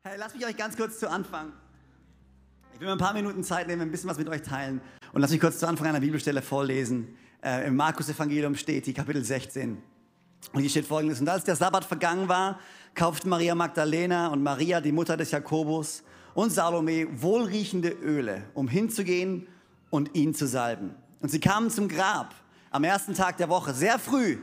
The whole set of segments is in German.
Hey, lasst mich euch ganz kurz zu Anfang. Ich will mir ein paar Minuten Zeit nehmen, ein bisschen was mit euch teilen. Und lasst mich kurz zu Anfang einer Bibelstelle vorlesen. Im Markus-Evangelium steht die Kapitel 16. Und hier steht Folgendes: Und als der Sabbat vergangen war, kauften Maria Magdalena und Maria, die Mutter des Jakobus, und Salome wohlriechende Öle, um hinzugehen und ihn zu salben. Und sie kamen zum Grab am ersten Tag der Woche, sehr früh,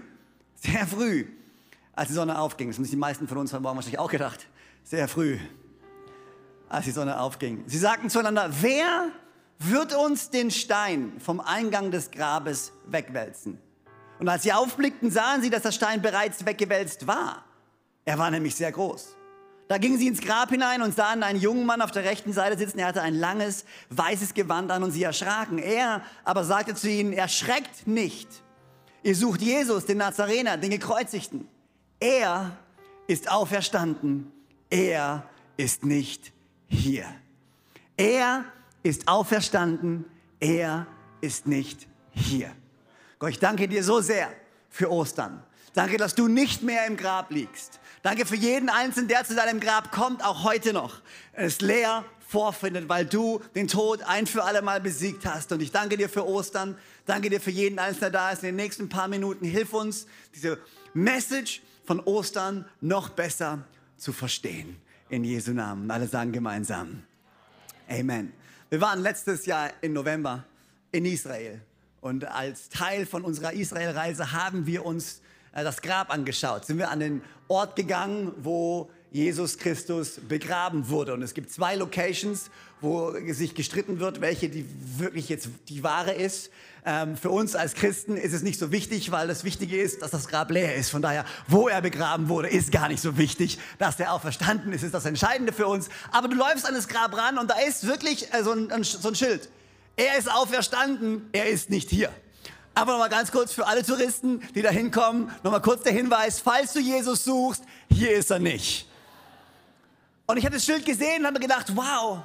als die Sonne aufging. Das haben sich die meisten von uns heute Morgen wahrscheinlich auch gedacht. Sehr früh, als die Sonne aufging. Sie sagten zueinander: Wer wird uns den Stein vom Eingang des Grabes wegwälzen? Und als sie aufblickten, sahen sie, dass der Stein bereits weggewälzt war. Er war nämlich sehr groß. Da gingen sie ins Grab hinein und sahen einen jungen Mann auf der rechten Seite sitzen. Er hatte ein langes, weißes Gewand an und sie erschraken. Er aber sagte zu ihnen: Erschreckt nicht. Ihr sucht Jesus, den Nazarener, den Gekreuzigten. Er ist auferstanden. Er ist nicht hier. Er ist auferstanden. Er ist nicht hier. Gott, ich danke dir so sehr für Ostern. Danke, dass du nicht mehr im Grab liegst. Danke für jeden Einzelnen, der zu deinem Grab kommt, auch heute noch. Es leer vorfindet, weil du den Tod ein für alle Mal besiegt hast. Und ich danke dir für Ostern. Danke dir für jeden Einzelnen, der da ist. In den nächsten paar Minuten hilf uns, diese Message von Ostern noch besser zu verstehen. In Jesu Namen. Alle sagen gemeinsam Amen. Wir waren letztes Jahr im November in Israel. Und als Teil von unserer Israel-Reise haben wir uns das Grab angeschaut. Sind wir an den Ort gegangen, wo Jesus Christus begraben wurde. Und es gibt 2 Locations, wo sich gestritten wird, welche die wirklich jetzt die wahre ist. Für uns als Christen ist es nicht so wichtig, weil das Wichtige ist, dass das Grab leer ist. Von daher, wo er begraben wurde, ist gar nicht so wichtig. Dass er auferstanden ist, ist das Entscheidende für uns. Aber du läufst an das Grab ran und da ist wirklich so ein Schild. Er ist auferstanden, er ist nicht hier. Aber nochmal ganz kurz für alle Touristen, die da hinkommen, nochmal kurz der Hinweis: Falls du Jesus suchst, hier ist er nicht. Und ich habe das Schild gesehen und habe mir gedacht, wow,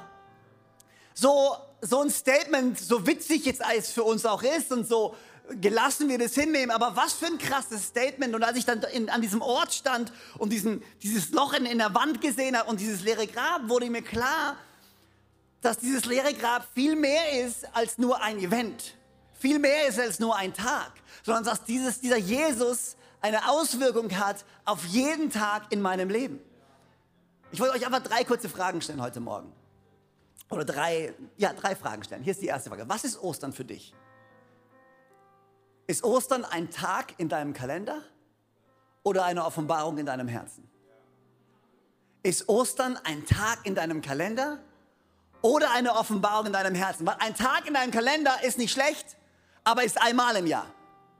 so ein Statement, so witzig jetzt alles für uns auch ist und so gelassen wir das hinnehmen, aber was für ein krasses Statement. Und als ich dann an diesem Ort stand und dieses Loch in der Wand gesehen habe und dieses leere Grab, wurde mir klar, dass dieses leere Grab viel mehr ist als nur ein Event. Viel mehr ist als nur ein Tag, sondern dass dieser Jesus eine Auswirkung hat auf jeden Tag in meinem Leben. Ich wollte euch einfach 3 kurze Fragen stellen heute Morgen. Oder 3 Fragen stellen. Hier ist die erste Frage. Was ist Ostern für dich? Ist Ostern ein Tag in deinem Kalender oder eine Offenbarung in deinem Herzen? Ist Ostern ein Tag in deinem Kalender oder eine Offenbarung in deinem Herzen? Weil ein Tag in deinem Kalender ist nicht schlecht, aber ist einmal im Jahr.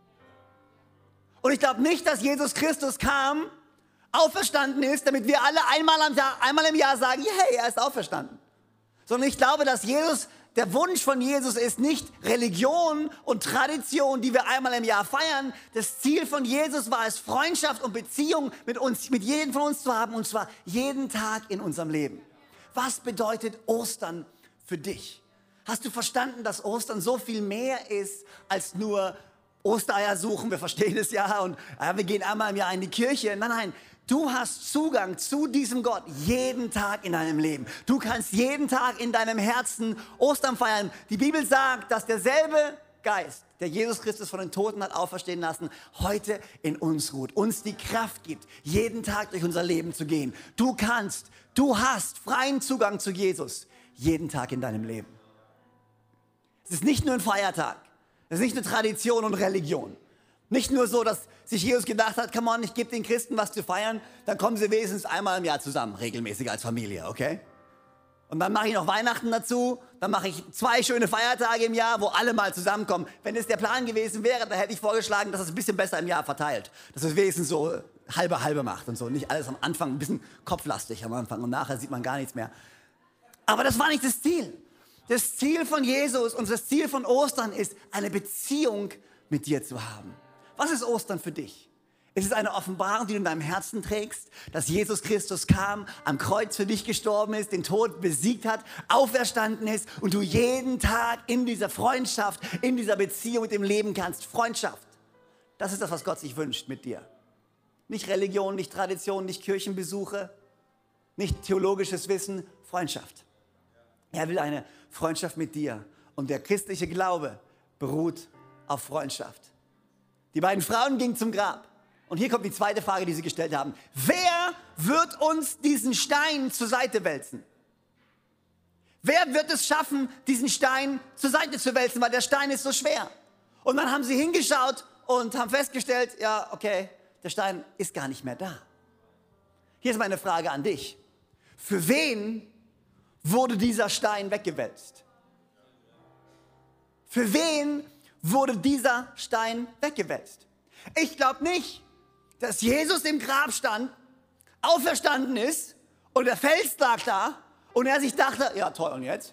Und ich glaube nicht, dass Jesus Christus kam, auferstanden ist, damit wir alle einmal im Jahr sagen: Hey, er ist auferstanden. Sondern ich glaube, dass der Wunsch von Jesus ist nicht Religion und Tradition, die wir einmal im Jahr feiern. Das Ziel von Jesus war es, Freundschaft und Beziehung mit jedem von uns zu haben, und zwar jeden Tag in unserem Leben. Was bedeutet Ostern für dich? Hast du verstanden, dass Ostern so viel mehr ist als nur Ostereier suchen? Wir verstehen es ja und wir gehen einmal im Jahr in die Kirche. Nein, du hast Zugang zu diesem Gott jeden Tag in deinem Leben. Du kannst jeden Tag in deinem Herzen Ostern feiern. Die Bibel sagt, dass derselbe Geist, der Jesus Christus von den Toten hat auferstehen lassen, heute in uns ruht, uns die Kraft gibt, jeden Tag durch unser Leben zu gehen. Du hast freien Zugang zu Jesus jeden Tag in deinem Leben. Es ist nicht nur ein Feiertag, es ist nicht nur Tradition und Religion. Nicht nur so, dass sich Jesus gedacht hat: Come on, ich gebe den Christen was zu feiern, dann kommen sie wenigstens einmal im Jahr zusammen, regelmäßig als Familie, okay? Und dann mache ich noch Weihnachten dazu, dann mache ich 2 schöne Feiertage im Jahr, wo alle mal zusammenkommen. Wenn es der Plan gewesen wäre, dann hätte ich vorgeschlagen, dass es ein bisschen besser im Jahr verteilt. Dass es wenigstens so halbe macht und so. Nicht alles am Anfang, ein bisschen kopflastig am Anfang und nachher sieht man gar nichts mehr. Aber das war nicht das Ziel. Das Ziel von Jesus und das Ziel von Ostern ist, eine Beziehung mit dir zu haben. Was ist Ostern für dich? Ist es eine Offenbarung, die du in deinem Herzen trägst, dass Jesus Christus kam, am Kreuz für dich gestorben ist, den Tod besiegt hat, auferstanden ist und du jeden Tag in dieser Freundschaft, in dieser Beziehung mit ihm leben kannst? Freundschaft. Das ist das, was Gott sich wünscht mit dir. Nicht Religion, nicht Tradition, nicht Kirchenbesuche, Nicht theologisches Wissen, Freundschaft. Er will eine Freundschaft mit dir. Und der christliche Glaube beruht auf Freundschaft. Die beiden Frauen gingen zum Grab. Und hier kommt die zweite Frage, die sie gestellt haben. Wer wird uns diesen Stein zur Seite wälzen? Wer wird es schaffen, diesen Stein zur Seite zu wälzen, weil der Stein ist so schwer? Und dann haben sie hingeschaut und haben festgestellt, ja, okay, der Stein ist gar nicht mehr da. Hier ist meine Frage an dich. Für wen wurde dieser Stein weggewälzt? Für wen wurde dieser Stein weggewälzt? Ich glaube nicht, dass Jesus im Grab stand, auferstanden ist und der Fels lag da und er sich dachte, ja toll, und jetzt?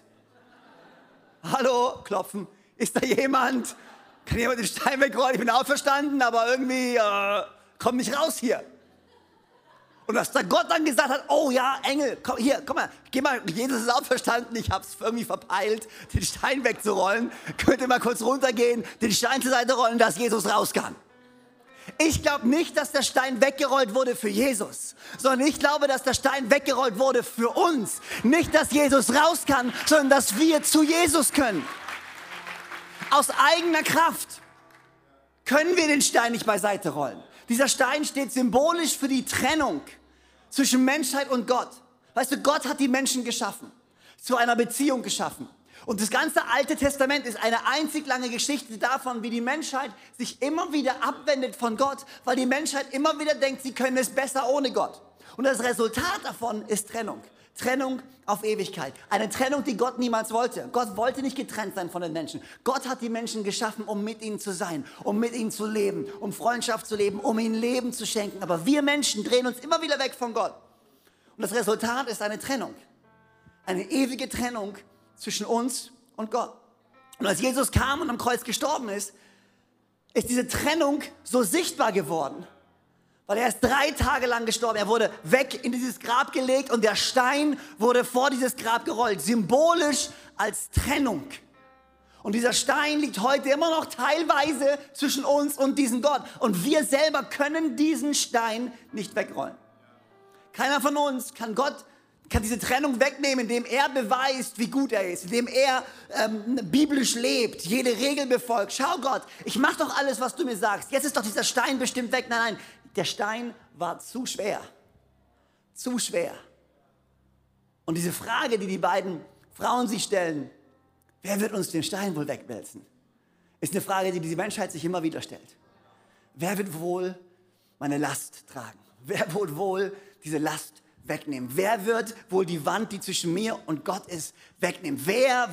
Hallo, klopfen, ist da jemand? Kann jemand den Stein wegrollen? Ich bin auferstanden, aber irgendwie komm nicht raus hier. Und dass da Gott dann gesagt hat, oh ja, Engel, komm hier, komm mal, geh mal, Jesus ist auferstanden, ich hab's irgendwie verpeilt, den Stein wegzurollen. Könnt ihr mal kurz runtergehen, den Stein zur Seite rollen, dass Jesus raus kann. Ich glaube nicht, dass der Stein weggerollt wurde für Jesus, sondern ich glaube, dass der Stein weggerollt wurde für uns. Nicht, dass Jesus raus kann, sondern dass wir zu Jesus können. Aus eigener Kraft können wir den Stein nicht beiseite rollen. Dieser Stein steht symbolisch für die Trennung zwischen Menschheit und Gott. Weißt du, Gott hat die Menschen geschaffen, zu einer Beziehung geschaffen. Und das ganze Alte Testament ist eine einzig lange Geschichte davon, wie die Menschheit sich immer wieder abwendet von Gott, weil die Menschheit immer wieder denkt, sie können es besser ohne Gott. Und das Resultat davon ist Trennung. Trennung auf Ewigkeit. Eine Trennung, die Gott niemals wollte. Gott wollte nicht getrennt sein von den Menschen. Gott hat die Menschen geschaffen, um mit ihnen zu sein, um mit ihnen zu leben, um Freundschaft zu leben, um ihnen Leben zu schenken. Aber wir Menschen drehen uns immer wieder weg von Gott. Und das Resultat ist eine Trennung. Eine ewige Trennung zwischen uns und Gott. Und als Jesus kam und am Kreuz gestorben ist, ist diese Trennung so sichtbar geworden. Weil er ist 3 Tage lang gestorben. Er wurde weg in dieses Grab gelegt und der Stein wurde vor dieses Grab gerollt. Symbolisch als Trennung. Und dieser Stein liegt heute immer noch teilweise zwischen uns und diesem Gott. Und wir selber können diesen Stein nicht wegrollen. Keiner von uns kann diese Trennung wegnehmen, indem er beweist, wie gut er ist, indem er biblisch lebt, jede Regel befolgt. Schau Gott, ich mache doch alles, was du mir sagst. Jetzt ist doch dieser Stein bestimmt weg. Nein, nein, der Stein war zu schwer. Zu schwer. Und diese Frage, die die beiden Frauen sich stellen, wer wird uns den Stein wohl wegwälzen, ist eine Frage, die die Menschheit sich immer wieder stellt. Wer wird wohl meine Last tragen? Wer wird wohl diese Last wegnehmen? Wer wird wohl die Wand, die zwischen mir und Gott ist, wegnehmen? Wer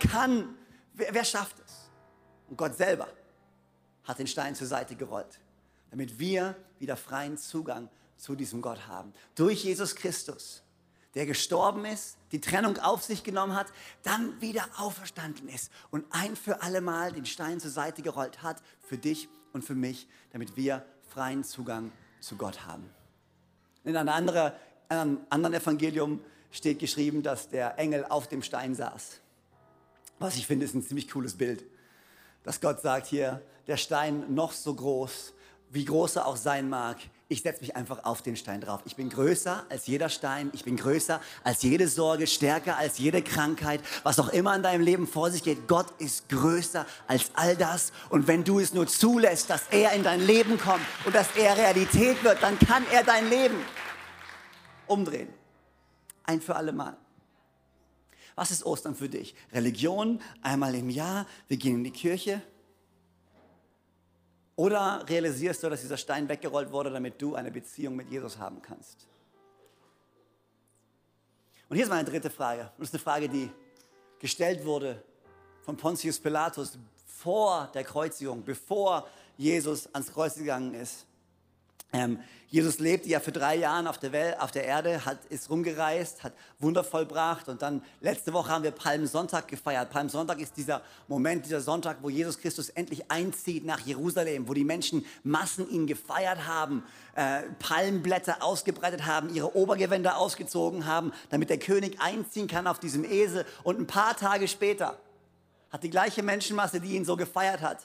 schafft es? Und Gott selber hat den Stein zur Seite gerollt, damit wir wieder freien Zugang zu diesem Gott haben. Durch Jesus Christus, der gestorben ist, die Trennung auf sich genommen hat, dann wieder auferstanden ist und ein für alle Mal den Stein zur Seite gerollt hat, für dich und für mich, damit wir freien Zugang zu Gott haben. In einem anderen Evangelium steht geschrieben, dass der Engel auf dem Stein saß. Was ich finde, ist ein ziemlich cooles Bild. Dass Gott sagt hier, der Stein noch so groß, wie groß er auch sein mag, ich setze mich einfach auf den Stein drauf. Ich bin größer als jeder Stein, ich bin größer als jede Sorge, stärker als jede Krankheit, was auch immer in deinem Leben vor sich geht. Gott ist größer als all das. Und wenn du es nur zulässt, dass er in dein Leben kommt und dass er Realität wird, dann kann er dein Leben umdrehen. Ein für alle Mal. Was ist Ostern für dich? Religion, einmal im Jahr, wir gehen in die Kirche. Oder realisierst du, dass dieser Stein weggerollt wurde, damit du eine Beziehung mit Jesus haben kannst? Und hier ist meine dritte Frage. Und das ist eine Frage, die gestellt wurde von Pontius Pilatus vor der Kreuzigung, bevor Jesus ans Kreuz gegangen ist. Jesus lebte ja für 3 Jahre auf der Erde, ist rumgereist, hat Wunder vollbracht und dann letzte Woche haben wir Palmsonntag gefeiert. Palmsonntag ist dieser Moment, dieser Sonntag, wo Jesus Christus endlich einzieht nach Jerusalem, wo die Menschen Massen ihn gefeiert haben, Palmblätter ausgebreitet haben, ihre Obergewänder ausgezogen haben, damit der König einziehen kann auf diesem Esel. Und ein paar Tage später hat die gleiche Menschenmasse, die ihn so gefeiert hat,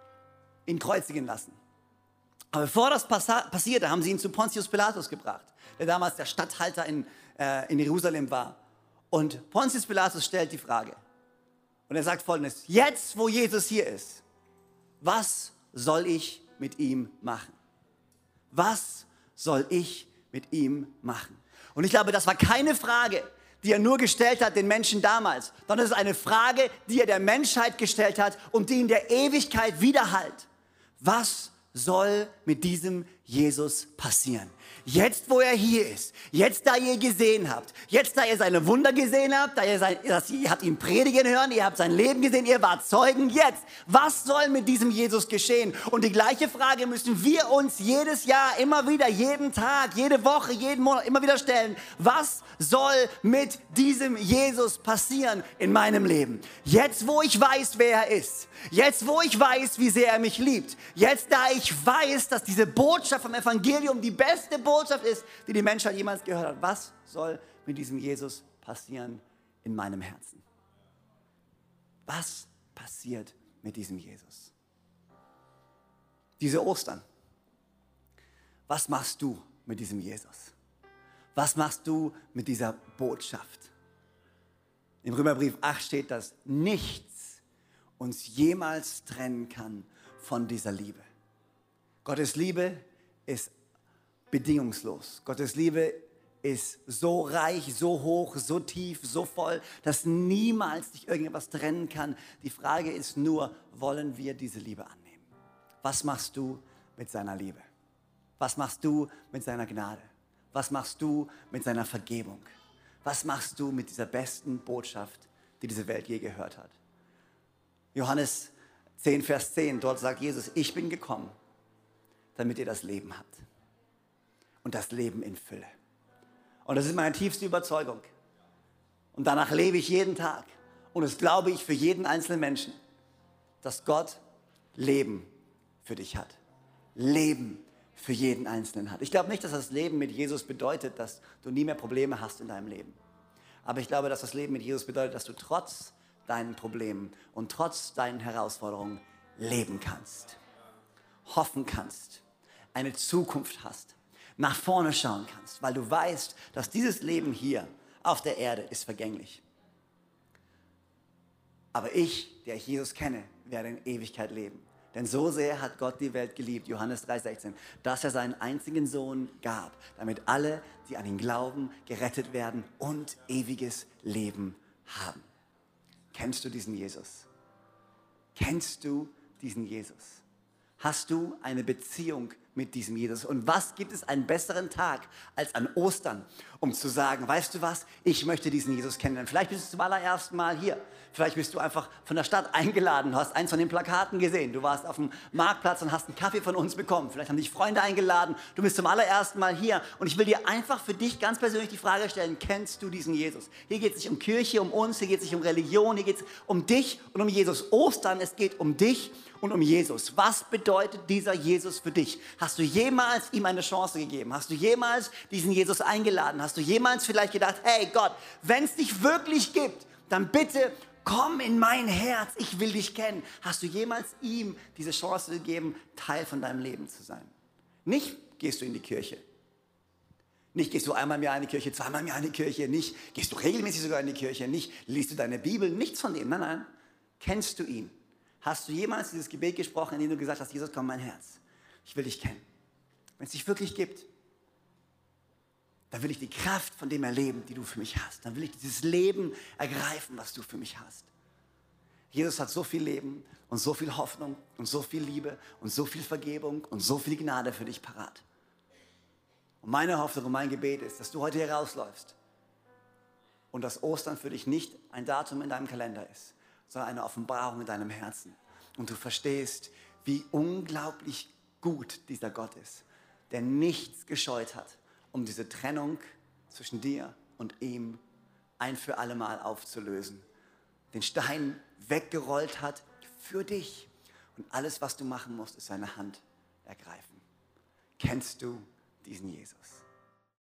ihn kreuzigen lassen. Aber bevor das passierte, haben sie ihn zu Pontius Pilatus gebracht. der damals der Statthalter in Jerusalem war. Und Pontius Pilatus stellt die Frage. Und er sagt Folgendes: Jetzt, wo Jesus hier ist, was soll ich mit ihm machen? Was soll ich mit ihm machen? Und ich glaube, das war keine Frage, die er nur gestellt hat den Menschen damals, sondern es ist eine Frage, die er der Menschheit gestellt hat und die in der Ewigkeit widerhallt. Was soll mit diesem Jesus passieren? Jetzt, wo er hier ist, jetzt, da ihr gesehen habt, jetzt, da ihr seine Wunder gesehen habt, ihr habt ihn predigen hören, ihr habt sein Leben gesehen, ihr wart Zeugen, jetzt, was soll mit diesem Jesus geschehen? Und die gleiche Frage müssen wir uns jedes Jahr, immer wieder, jeden Tag, jede Woche, jeden Monat immer wieder stellen. Was soll mit diesem Jesus passieren in meinem Leben? Jetzt, wo ich weiß, wer er ist, jetzt, wo ich weiß, wie sehr er mich liebt, jetzt, da ich weiß, dass diese Botschaft vom Evangelium die beste Botschaft ist, die die Menschheit jemals gehört hat. Was soll mit diesem Jesus passieren in meinem Herzen? Was passiert mit diesem Jesus? Diese Ostern. Was machst du mit diesem Jesus? Was machst du mit dieser Botschaft? Im Römerbrief 8 steht, dass nichts uns jemals trennen kann von dieser Liebe. Gottes Liebe ist bedingungslos. Gottes Liebe ist so reich, so hoch, so tief, so voll, dass niemals dich irgendetwas trennen kann. Die Frage ist nur, wollen wir diese Liebe annehmen? Was machst du mit seiner Liebe? Was machst du mit seiner Gnade? Was machst du mit seiner Vergebung? Was machst du mit dieser besten Botschaft, die diese Welt je gehört hat? Johannes 10, Vers 10, dort sagt Jesus: Ich bin gekommen, damit ihr das Leben habt. Und das Leben in Fülle. Und das ist meine tiefste Überzeugung. Und danach lebe ich jeden Tag. Und das glaube ich für jeden einzelnen Menschen, dass Gott Leben für dich hat. Leben für jeden Einzelnen hat. Ich glaube nicht, dass das Leben mit Jesus bedeutet, dass du nie mehr Probleme hast in deinem Leben. Aber ich glaube, dass das Leben mit Jesus bedeutet, dass du trotz deinen Problemen und trotz deinen Herausforderungen leben kannst. Hoffen kannst. Eine Zukunft hast. Nach vorne schauen kannst, weil du weißt, dass dieses Leben hier auf der Erde ist vergänglich. Aber ich, der ich Jesus kenne, werde in Ewigkeit leben. Denn so sehr hat Gott die Welt geliebt, Johannes 3,16, dass er seinen einzigen Sohn gab, damit alle, die an ihn glauben, gerettet werden und ewiges Leben haben. Kennst du diesen Jesus? Kennst du diesen Jesus? Hast du eine Beziehung mit diesem Jesus? Und was gibt es einen besseren Tag als an Ostern, um zu sagen, weißt du was, ich möchte diesen Jesus kennenlernen. Vielleicht bist du zum allerersten Mal hier. Vielleicht bist du einfach von der Stadt eingeladen, du hast eins von den Plakaten gesehen. Du warst auf dem Marktplatz und hast einen Kaffee von uns bekommen. Vielleicht haben dich Freunde eingeladen. Du bist zum allerersten Mal hier. Und ich will dir einfach für dich ganz persönlich die Frage stellen, kennst du diesen Jesus? Hier geht es nicht um Kirche, um uns, hier geht es nicht um Religion, hier geht es um dich und um Jesus. Ostern, es geht um dich und um Jesus. Was bedeutet dieser Jesus für dich? Hast du jemals ihm eine Chance gegeben? Hast du jemals diesen Jesus eingeladen? Hast du jemals vielleicht gedacht, hey Gott, wenn es dich wirklich gibt, dann bitte komm in mein Herz, ich will dich kennen. Hast du jemals ihm diese Chance gegeben, Teil von deinem Leben zu sein? Nicht gehst du in die Kirche. Nicht gehst du einmal im Jahr in die Kirche, zweimal im Jahr in die Kirche. Nicht gehst du regelmäßig sogar in die Kirche. Nicht liest du deine Bibel. Nichts von dem. Nein, nein. Kennst du ihn? Hast du jemals dieses Gebet gesprochen, in dem du gesagt hast, Jesus, komm in mein Herz. Ich will dich kennen. Wenn es dich wirklich gibt, dann will ich die Kraft von dem erleben, die du für mich hast. Dann will ich dieses Leben ergreifen, was du für mich hast. Jesus hat so viel Leben und so viel Hoffnung und so viel Liebe und so viel Vergebung und so viel Gnade für dich parat. Und meine Hoffnung und mein Gebet ist, dass du heute hier rausläufst und dass Ostern für dich nicht ein Datum in deinem Kalender ist, sondern eine Offenbarung in deinem Herzen. Und du verstehst, wie unglaublich gut dieser Gott ist, der nichts gescheut hat, um diese Trennung zwischen dir und ihm ein für alle Mal aufzulösen. Den Stein weggerollt hat für dich. Und alles, was du machen musst, ist seine Hand ergreifen. Kennst du diesen Jesus?